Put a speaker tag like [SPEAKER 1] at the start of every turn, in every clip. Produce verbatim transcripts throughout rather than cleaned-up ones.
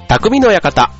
[SPEAKER 1] 匠の館。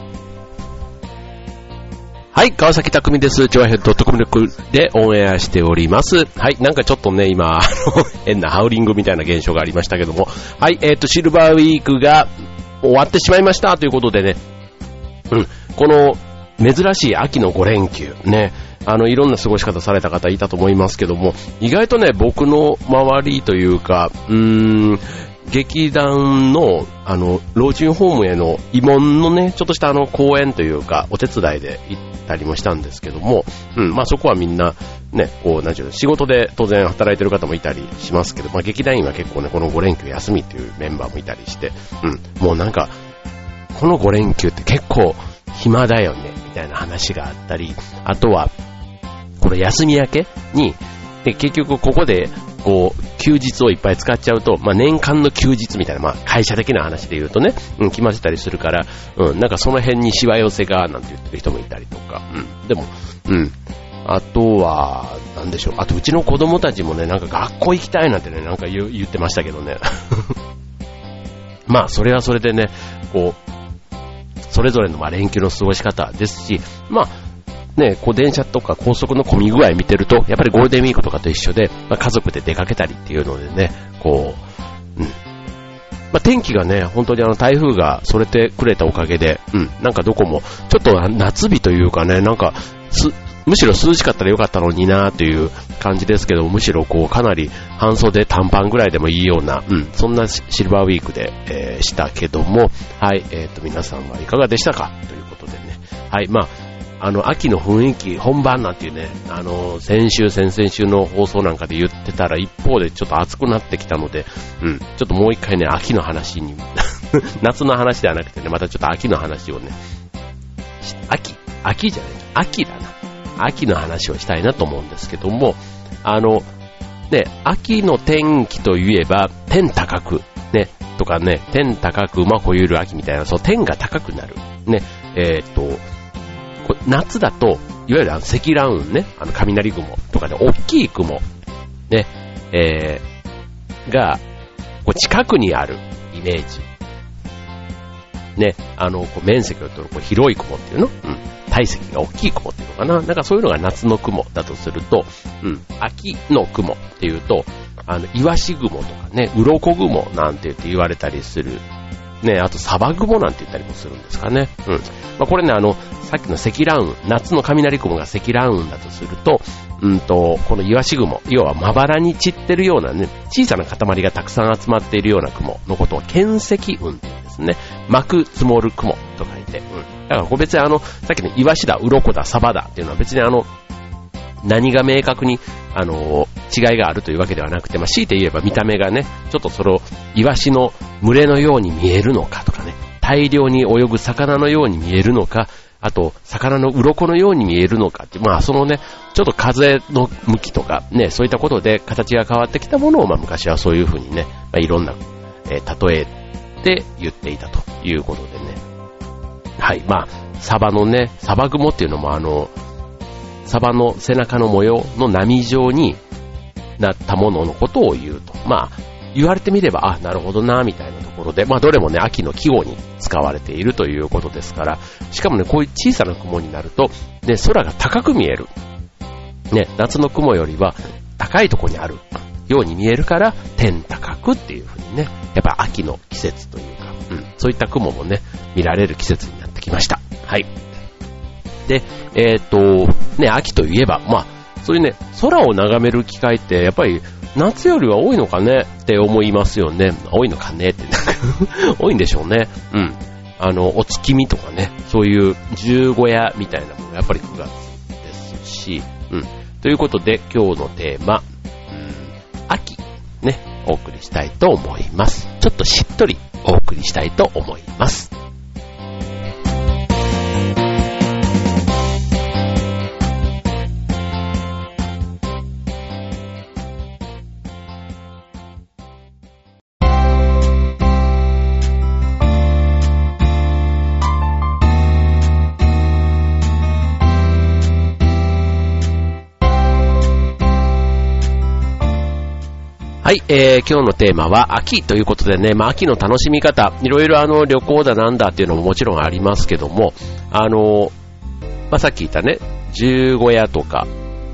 [SPEAKER 1] はい、川崎匠です。チョアヘッドコムでオンエアしております。はい、なんかちょっとね、今、あの、変なハウリングみたいな現象がありましたけども、はい、えっと、シルバーウィークが終わってしまいましたということでね、うん、この珍しい秋のご連休、ね、あの、いろんな過ごし方された方いたと思いますけども、意外とね、僕の周りというか、うーん、劇団の、あの、老人ホームへの慰問のね、ちょっとしたあの、公演というか、お手伝いで行ったりもしたんですけども、うん、まあそこはみんな、ね、こう、なんていうの、仕事で当然働いてる方もいたりしますけど、まあ劇団員は結構ね、このご連休休みっていうメンバーもいたりして、うん、もうなんか、このご連休って結構暇だよね、みたいな話があったり、あとは、これ休み明けに、で結局ここで、こう、休日をいっぱい使っちゃうと、まあ、年間の休日みたいな、まあ、会社的な話で言うとね、うん、決まってたりするから、うん、なんかその辺にしわ寄せが、なんて言ってる人もいたりとか、うん、でも、うん、あとは、なんでしょう、あとうちの子供たちもね、なんか学校行きたいなんてね、なんか言う、言ってましたけどね。まあ、それはそれでね、こう、それぞれのまあ連休の過ごし方ですし、まあ、ね、こう電車とか高速の混み具合見てると、やっぱりゴールデンウィークとかと一緒で、まあ、家族で出かけたりっていうのでね、こう、うん。まあ、天気がね、本当にあの台風がそれてくれたおかげで、うん、なんかどこも、ちょっと夏日というかね、なんか、す、むしろ涼しかったらよかったのになという感じですけど、むしろこうかなり半袖短パンぐらいでもいいような、うん、そんなシルバーウィークで、えー、したけども、はい、えっと、皆さんはいかがでしたかということでね、はい、まあ、あの、秋の雰囲気、本番なんていうね、あの、先週、先々週の放送なんかで言ってたら、一方でちょっと暑くなってきたので、うん、ちょっともう一回ね、秋の話に、夏の話ではなくてね、またちょっと秋の話をね、秋、秋じゃない、秋だな。秋の話をしたいなと思うんですけども、あの、ね、秋の天気といえば、天高く、ね、とかね、天高く、まあ、こういう秋みたいな、そう、天が高くなる。ね、えっと、夏だと、いわゆるあの積乱雲ね、あの雷雲とかで大きい雲、ね、えー、が、こう近くにあるイメージ。ね、あの、こう面積を取るこう広い雲っていうの、うん、体積が大きい雲っていうのかな、なんかそういうのが夏の雲だとすると、うん、秋の雲っていうと、あの、イワシ雲とかね、鱗雲なんて言って言われたりする。ね、あとサバ雲なんて言ったりもするんですかね。うん。まあ、これね、あの、さっきの積乱雲、夏の雷雲が積乱雲だとすると、うんと、このイワシ雲、要はまばらに散ってるようなね、小さな塊がたくさん集まっているような雲のことを巻積雲って言うんですね。巻く積もる雲と書いて。うん。だからこれ別にあの、さっきのイワシだ、鱗だ、サバだっていうのは別にあの、何が明確に、あのー、違いがあるというわけではなくて、まあ、強いて言えば見た目がね、ちょっとその、イワシの群れのように見えるのかとかね、大量に泳ぐ魚のように見えるのか、あと、魚の鱗のように見えるのかって、まあ、そのね、ちょっと風の向きとか、ね、そういったことで形が変わってきたものを、まあ、昔はそういうふうにね、まあ、いろんな、えー、例えて言っていたということでね。はい、まあ、サバのね、サバ雲っていうのもあの、サバの背中の模様の波状になったもののことを言うと。まあ、言われてみれば、あ、なるほどな、みたいなところで、まあ、どれもね、秋の季語に使われているということですから、しかもね、こういう小さな雲になると、ね、空が高く見える。ね、夏の雲よりは高いところにあるように見えるから、天高くっていうふうにね、やっぱ秋の季節というか、うん、そういった雲もね、見られる季節になってきました。はい。で、えっと、ね、秋といえば、まあ、そういうね、空を眺める機会って、やっぱり、夏よりは多いのかねって思いますよね。多いのかねって。多いんでしょうね。うん。あの、お月見とかね、そういう十五夜みたいなものがやっぱりくがつですし、うん。ということで、今日のテーマ、うん、秋、ね、お送りしたいと思います。ちょっとしっとりお送りしたいと思います。ははい、えー、今日のテーマは秋ということでね、まあ秋の楽しみ方、いろいろあの旅行だなんだっていうのももちろんありますけども、あの、まあさっき言ったね、十五夜とか、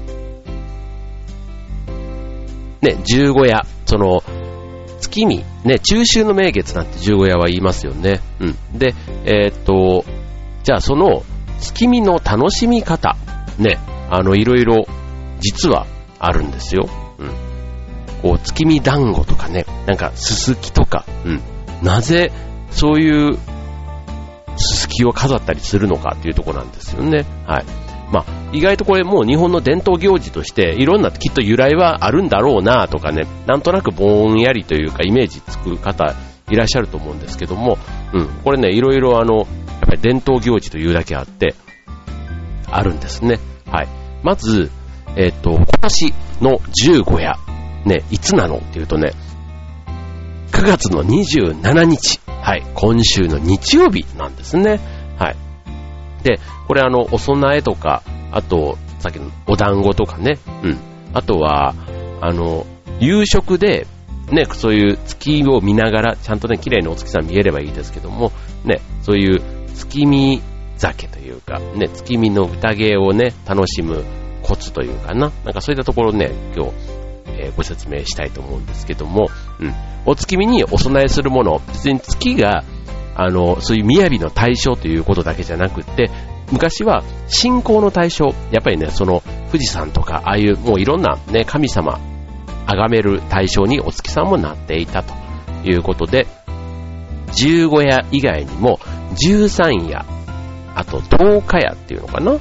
[SPEAKER 1] ね、十五夜、その、月見、ね、中秋の名月なんて十五夜は言いますよね。うん。で、えー、っと、じゃあその月見の楽しみ方、ね、あの、いろいろ実はあるんですよ。うん。こう、月見団子とかね、なんか、すすきとか、うん。なぜ、そういう、すすきを飾ったりするのかっていうところなんですよね。はい。まあ、意外とこれもう日本の伝統行事としていろんなきっと由来はあるんだろうなとかね、なんとなくぼんやりというかイメージつく方いらっしゃると思うんですけども、うん、これね、いろいろあの、やっぱり伝統行事というだけあって、あるんですね。はい。まず、えっと、今年の十五夜、ね、いつなのっていうとね、くがつのにじゅうしちにち、はい、今週の日曜日なんですね。はい。で、これあの、お供えとか、あと、さっきのお団子とかね、うん。あとは、あの、夕食で、ね、そういう月を見ながら、ちゃんとね、綺麗にお月さん見えればいいですけども、ね、そういう月見酒というか、ね、月見の宴をね、楽しむコツというかな、なんかそういったところね、今日、えー、ご説明したいと思うんですけども、うん。お月見にお供えするもの、別に月が、あの、そういう雅の対象ということだけじゃなくって、昔は信仰の対象、やっぱりね、その富士山とか、ああいうもういろんなね、神様、崇める対象にお月さんもなっていたということで、十五夜以外にも、十三夜、あと十日夜っていうのかな、うん。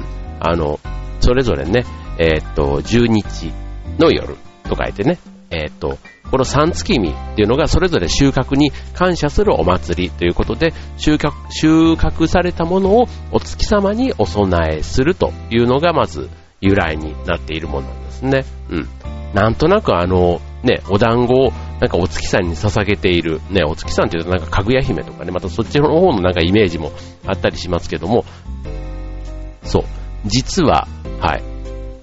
[SPEAKER 1] あの、それぞれね、えー、っと、十日の夜と書いてね、えー、っと、この三月見っていうのがそれぞれ収穫に感謝するお祭りということで、収穫、収穫されたものをお月様にお供えするというのがまず由来になっているものなんですね。うん。なんとなくあの、ね、お団子をなんかお月さんに捧げている、ね、お月さんっていうとなんかかぐや姫とかね、またそっちの方のなんかイメージもあったりしますけども、そう、実は、はい。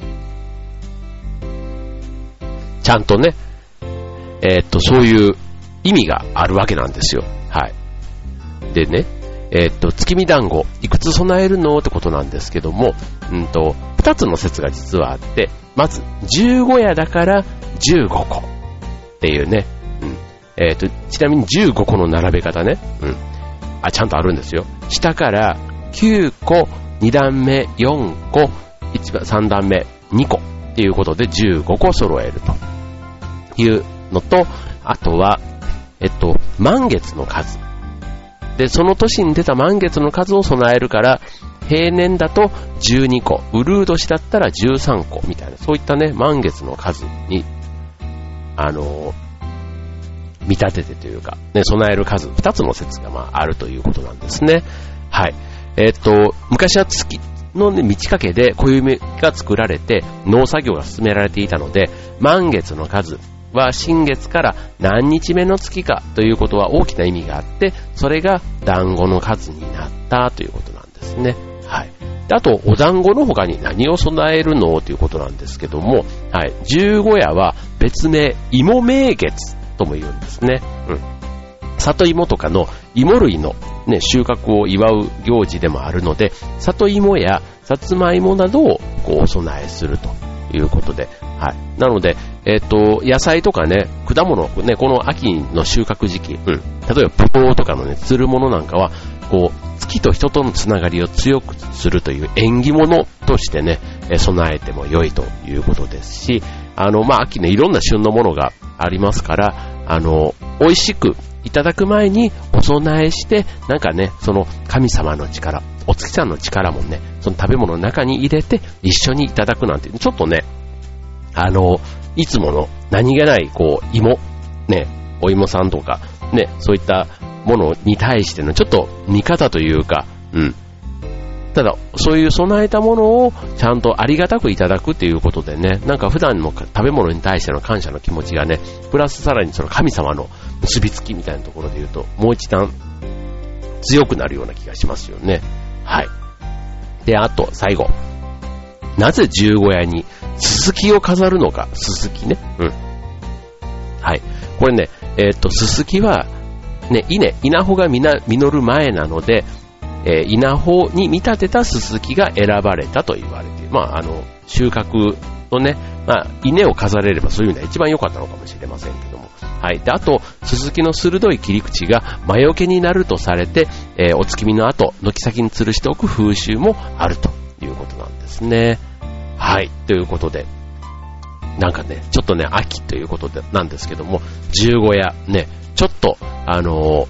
[SPEAKER 1] ちゃんとね、えー、っと、そういう意味があるわけなんですよ。はい。でね、えー、っと、月見団子、いくつ備えるのってことなんですけども、うんと、二つの説が実はあって、まず、十五夜だからじゅうごこっていうね、うん。えー、っと、ちなみにじゅうごこの並べ方ね、うん。あ、ちゃんとあるんですよ。下からきゅうこ、に段目よんこ、さん段目にこっていうことでじゅうごこ揃えるというのと、あとは、えっと、満月の数。で、その年に出た満月の数を備えるから、平年だとじゅうにこ、うるう年だったらじゅうさんこみたいな、そういったね、満月の数に、あの、見立ててというか、ね、備える数、二つの説がまああるということなんですね。はい。えっと、昔は月の、ね、満ち欠けで暦が作られて、農作業が進められていたので、満月の数、は新月から何日目の月かということは大きな意味があって、それが団子の数になったということなんですね。はい。で、あと、お団子の他に何を備えるのということなんですけども、はい。十五夜は別名、芋名月とも言うんですね。うん。里芋とかの芋類の、ね、収穫を祝う行事でもあるので、里芋やさつまいもなどをこうお供えするということで、はい。なので、えっと、野菜とかね、果物、ね、この秋の収穫時期、うん。例えば、ブドウとかのね、つるものなんかは、こう、月と人とのつながりを強くするという縁起物としてね、え備えても良いということですし、あの、まあ、秋ね、いろんな旬のものがありますから、あの、美味しくいただく前にお供えして、なんかね、その神様の力、お月さんの力もね、その食べ物の中に入れて一緒にいただくなんて、ちょっとね、あの、いつもの何気ない、こう、芋、ね、お芋さんとか、ね、そういったものに対してのちょっと見方というか、うん。ただ、そういう備えたものをちゃんとありがたくいただくっていうことでね、なんか普段の食べ物に対しての感謝の気持ちがね、プラスさらにその神様の結びつきみたいなところで言うと、もう一段強くなるような気がしますよね。はい。で、あと、最後。なぜ十五夜にすすきを飾るのか、すすきね。うん。 これね、えっと、ススキは、ね、稲、稲穂がみな実る前なので、えー、稲穂に見立てたススキが選ばれたと言われている。まあ、あの、収穫のね、まあ、稲を飾れればそういう意味では一番良かったのかもしれませんけども。はい。で、あと、ススキの鋭い切り口が魔除けになるとされて、えー、お月見の後、軒先に吊るしておく風習もあるということなんですね。はい。ということで、なんかね、ちょっとね、秋ということでなんですけども、十五夜、ね、ちょっと、あのー、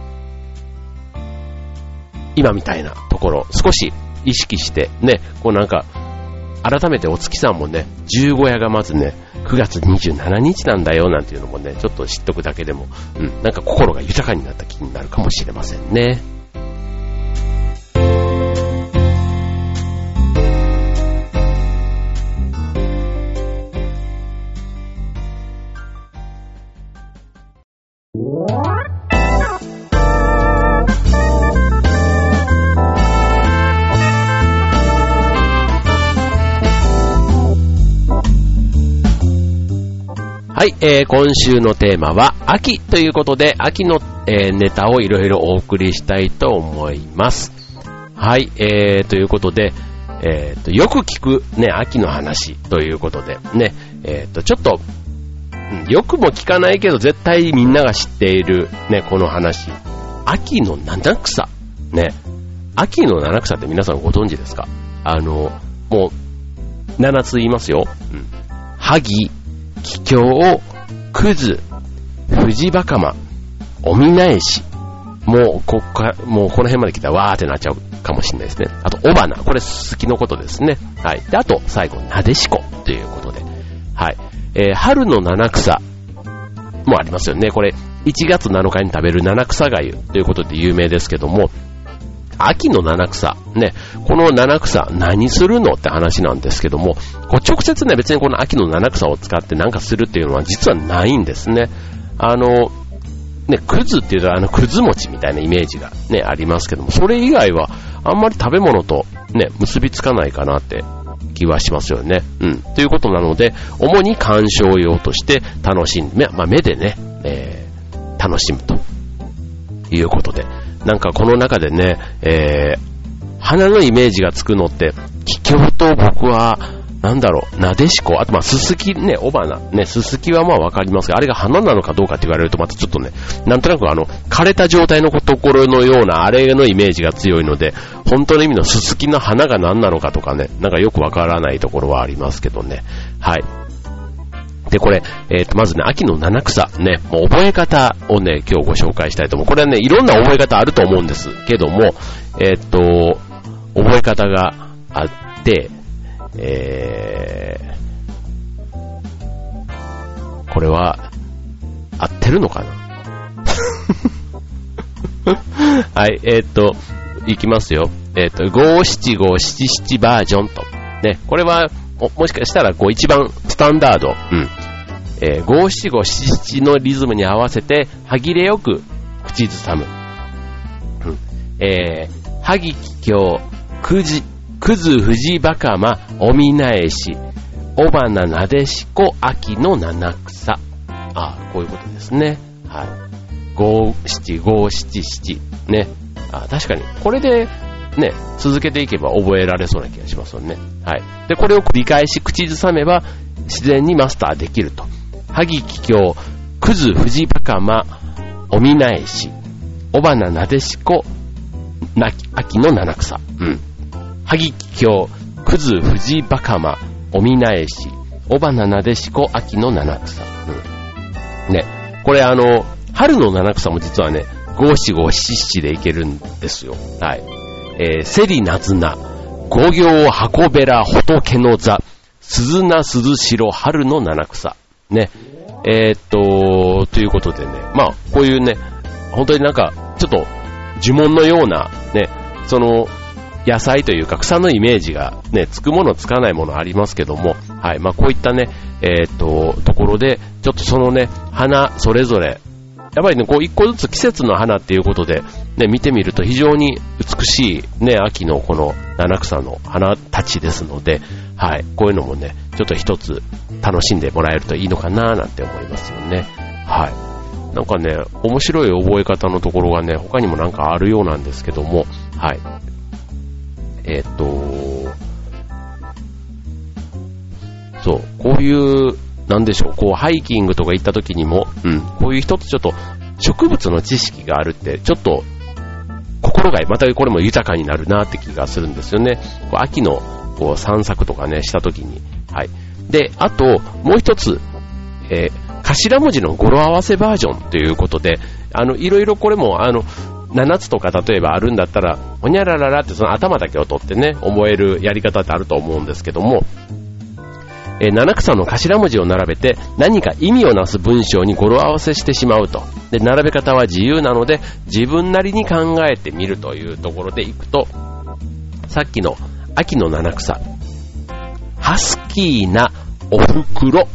[SPEAKER 1] 今みたいなところ、少し意識して、ね、こうなんか、改めてお月さんもね、十五夜がまずね、くがつにじゅうしちにちなんだよなんていうのもね、ちょっと知っとくだけでも、うん、なんか心が豊かになった気になるかもしれませんね。はい、えー、今週のテーマは秋ということで、秋の、えー、ネタをいろいろお送りしたいと思います。はい、えー、ということで、えーと、よく聞くね、秋の話ということで、ね、えーと、ちょっと、うん、よくも聞かないけど絶対みんなが知っているね、この話。秋の七草。ね、秋の七草って皆さんご存知ですか？あの、もう、七つ言いますよ。うん。萩、桔梗、クズ、フジバカマ、オミナエシ。もうこっか、もうこの辺まで来たらわーってなっちゃうかもしれないですね。あと、オバナ。これ好きのことですね。はい。で、あと、最後、ナデシコということで。はい。えー、春の七草もありますよね。これ、いちがつなのかに食べる七草がゆということで有名ですけども、秋の七草。ね。この七草何するのって話なんですけども、こう直接ね、別にこの秋の七草を使って何かするっていうのは実はないんですね。あの、ね、くずっていうとあのくず餅みたいなイメージがね、ありますけども、それ以外はあんまり食べ物とね、結びつかないかなって気はしますよね。うん。ということなので、主に鑑賞用として楽しんで、まあ目でね、えー、楽しむということで、なんかこの中でね、えー、花のイメージがつくのって、桔梗と僕は、なんだろう、なでしこ、あとまあすすきね、雄花、ね、すすきはまあわかりますが、あれが花なのかどうかって言われるとまたちょっとね、なんとなくあの、枯れた状態のところのようなあれのイメージが強いので、本当の意味のすすきの花が何なのかとかね、なんかよくわからないところはありますけどね。はい。で、これ、えっと、まずね、秋の七草、ね、もう覚え方をね、今日ご紹介したいと思う。これはね、いろんな覚え方あると思うんですけども、えっと、覚え方があって、えー、これは、合ってるのかなはい、えっと、いきますよ。えっと、ごしちごしちしちバージョンと。ね、これは、も, もしかしたらこう一番スタンダード、うん、えー、ごしちごしちしちのリズムに合わせて歯切れよく口ずさむ、うん、えー、はぎききょうくじくずふじばかまおみなえしおばななでしこ秋の七草。あ、こういうことですね。はい。ごしちごしちしちね。あ、確かにこれでね、続けていけば覚えられそうな気がしますよね。はい。で、これを繰り返し口ずさめば自然にマスターできると。はぎききょう、くずふじばかま、おみなえし、おばななでしこ、な秋の七草。うん。はぎききょう、くずふじばかま、おみなえし、おばななでしこ、秋の七草。うん。ね。これあの、春の七草も実はね、ごしごしちしちでいけるんですよ。はい。えー、せりなずな、五行箱べら仏の座、鈴名鈴代春の七草。ね。えー、っと、ということでね、まあ、こういうね、本当になんか、ちょっと、呪文のような、ね、その、野菜というか草のイメージがね、つくものつかないものありますけども、はい、まあこういったね、えー、っと、ところで、ちょっとそのね、花それぞれ、やっぱりね、こう一個ずつ季節の花っていうことで、ね、見てみると非常に美しいね、秋のこの七草の花たちですので、はい、こういうのもね、ちょっと一つ楽しんでもらえるといいのかななんて思いますよね。 はい。なんかね、面白い覚え方のところがね、他にもなんかあるようなんですけども、はい。えー、っと、そう、こういう、なんでしょう、こうハイキングとか行った時にも、うん、こういう一つちょっと植物の知識があるって、ちょっと心がまたこれも豊かになるなって気がするんですよね。こう秋のこう散策とかねした時に、はい。で、あともう一つ、えー、頭文字の語呂合わせバージョンということで、あのいろいろこれもあのななつとか例えばあるんだったら、ほにゃらららってその頭だけを取ってね覚えるやり方ってあると思うんですけども。えー、七草の頭文字を並べて何か意味をなす文章に語呂合わせしてしまうと。で、並べ方は自由なので自分なりに考えてみるというところでいくと、さっきの秋の七草、ハスキーなおふくろ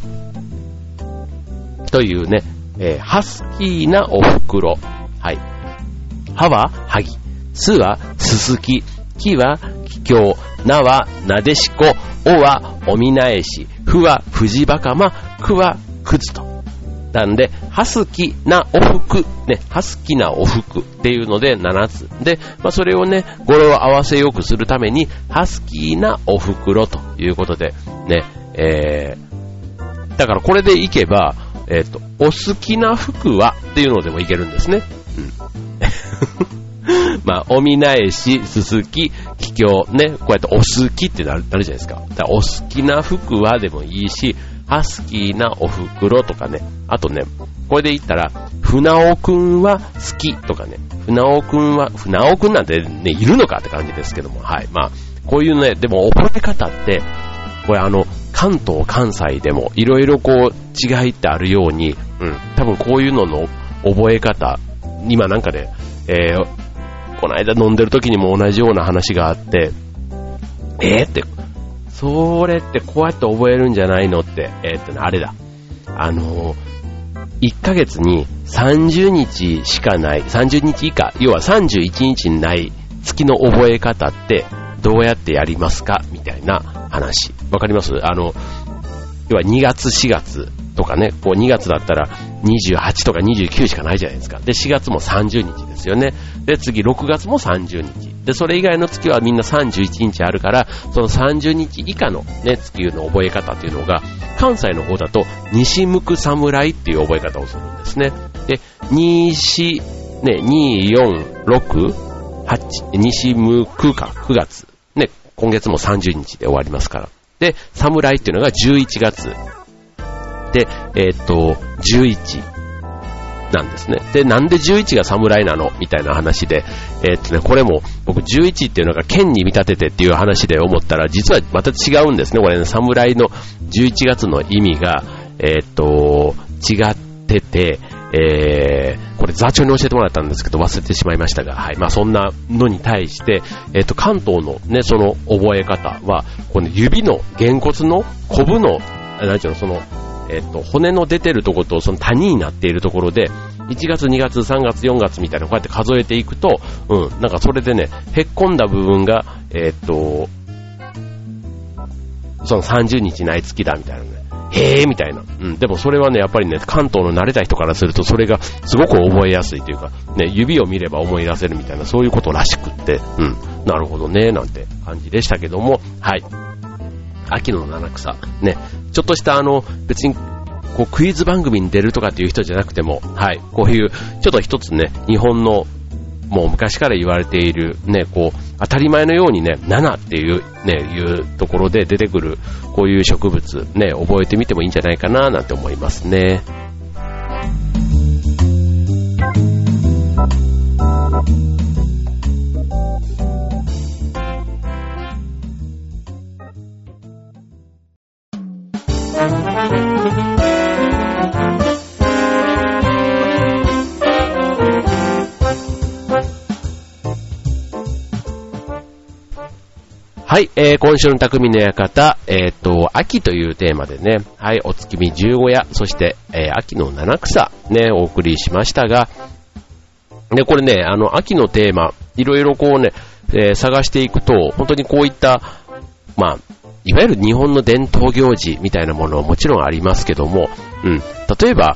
[SPEAKER 1] というね、えー、ハスキーなおふくろ。はい。はは萩、すはすすき、きはききょう、なはなでしこ、おはおみなえし、ふはふじばかま、くはくずと。なんで、ハスキなおふく、ね、ハスキなおふくっていうのでななつ。で、まあ、それをね、語呂を合わせよくするために、ハスキーなおふくろということで、ね、えー、だからこれでいけば、えっと、お好きな服はっていうのでもいけるんですね。うん。まあ、おみなえし、すすき、ききょう、ね、こうやってお好きってなる、なるじゃないですか。だからお好きな服はでもいいし、ハスキーなおふくろとかね。あとね、これで言ったら、船尾くんは好きとかね。船尾くんは、船尾くんなんてね、いるのかって感じですけども。はい。まあ、こういうね、でも覚え方って、これあの、関東、関西でもいろいろこう、違いってあるように、うん。多分こういうのの覚え方、今なんかね、えー、この間飲んでる時にも同じような話があって、えーって、それってこうやって覚えるんじゃないのって、えーってね、あれだ。あのー、いっかげつにさんじゅうにちしかない、さんじゅうにち以下、要はさんじゅういちにちない月の覚え方ってどうやってやりますかみたいな話。わかります？あの、要はにがつしがつとかね、こうにがつだったらにじゅうはちとかにじゅうきゅうしかないじゃないですか。で、しがつもさんじゅうにちですよね。で、次ろくがつもさんじゅうにち。で、それ以外の月はみんなさんじゅういちにちあるから、そのさんじゅうにち以下のね、月の覚え方っていうのが、関西の方だと、西向く侍っていう覚え方をするんですね。で、西、ね、に、よん、ろく、はち、西向くか、くがつ。ね、今月もさんじゅうにちで終わりますから。で、侍っていうのがじゅういちがつ。で、えー、っと、じゅういちなんですね。で、なんでじゅういちが侍なのみたいな話で、えー、っとね、これも僕じゅういちっていうのが剣に見立ててっていう話で思ったら、実はまた違うんですね。これね、侍のじゅういちがつの意味が、えー、っと、違ってて、えー、これ座長に教えてもらったんですけど忘れてしまいましたが、はい。まあそんなのに対して、えー、っと、関東のね、その覚え方は、この指の、げんこつの、こぶの、なんていうの、その、えっと、骨の出てるところとその谷になっているところで、いちがつ、にがつ、さんがつ、よんがつみたいなこうやって数えていくと、うん、なんかそれでね、へっこんだ部分が、えっと、そのさんじゅうにちない月だみたいなね。へーみたいな。うん、でもそれはね、やっぱりね、関東の慣れた人からするとそれがすごく覚えやすいというか、ね、指を見れば思い出せるみたいな、そういうことらしくって、うん、なるほどね、なんて感じでしたけども、はい。秋の七草。ね。ちょっとしたあの、別に、こうクイズ番組に出るとかっていう人じゃなくても、はい。こういう、ちょっと一つね、日本の、もう昔から言われている、ね、こう、当たり前のようにね、七っていう、ね、いうところで出てくる、こういう植物、ね、覚えてみてもいいんじゃないかな、なんて思いますね。はい、えー、今週の匠の館、えっと、秋というテーマでね、はい、お月見十五夜、そして、えー、秋の七草、ね、お送りしましたが、で、これね、あの、秋のテーマ、いろいろこうね、えー、探していくと、本当にこういった、まあ、いわゆる日本の伝統行事みたいなものはもちろんありますけども、うん、例えば、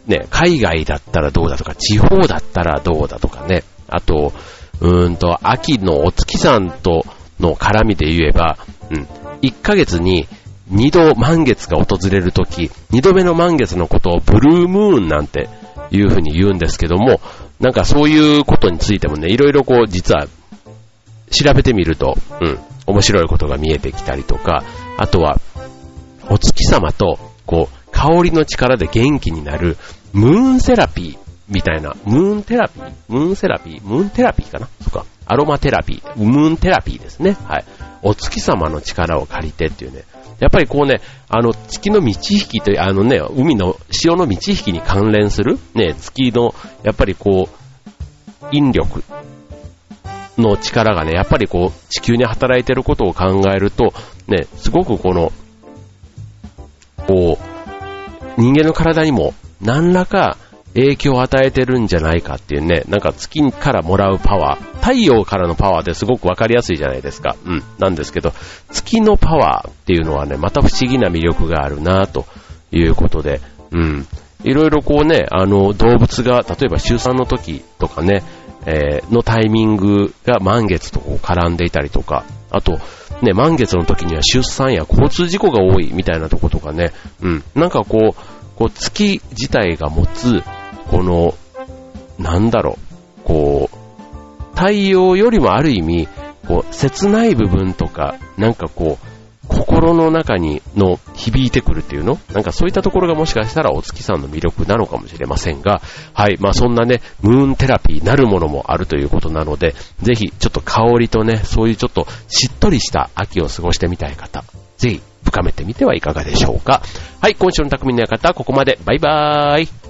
[SPEAKER 1] ね、海外だったらどうだとか、地方だったらどうだとかね、あと、うーんと、秋のお月さんとの絡みで言えば、うん、いっかげつににど満月が訪れるとき、にどめの満月のことをブルームーンなんていうふうに言うんですけども、なんかそういうことについてもね、いろいろこう実は調べてみると、うん、面白いことが見えてきたりとか、あとはお月様とこう香りの力で元気になるムーンセラピーみたいな、ムーンテラピームーンセラピームーンテラピーかなそっか。アロマテラピー、ムーンテラピーですね。はい。お月様の力を借りてっていうね。やっぱりこうね、あの月の満ち引きという、あのね、海の潮の満ち引きに関連するね、月のやっぱりこう引力の力がね、やっぱりこう地球に働いていることを考えるとね、すごくこのこう人間の体にも何らか影響を与えてるんじゃないかっていうね、なんか月からもらうパワー、太陽からのパワーってすごくわかりやすいじゃないですか。うん。なんですけど、月のパワーっていうのはね、また不思議な魅力があるなということで、うん。いろいろこうね、あの、動物が、例えば出産の時とかね、えー、のタイミングが満月とこう絡んでいたりとか、あと、ね、満月の時には出産や交通事故が多いみたいなとことかね、うん。なんかこう、こう月自体が持つ、この、なんだろう、こう、太陽よりもある意味、こう、切ない部分とか、なんかこう、心の中にの響いてくるっていうのなんかそういったところがもしかしたらお月さんの魅力なのかもしれませんが、はい、まあそんなね、ムーンテラピーなるものもあるということなので、ぜひちょっと香りとね、そういうちょっとしっとりした秋を過ごしてみたい方、ぜひ深めてみてはいかがでしょうか。はい、今週の匠の館、ここまで。バイバーイ。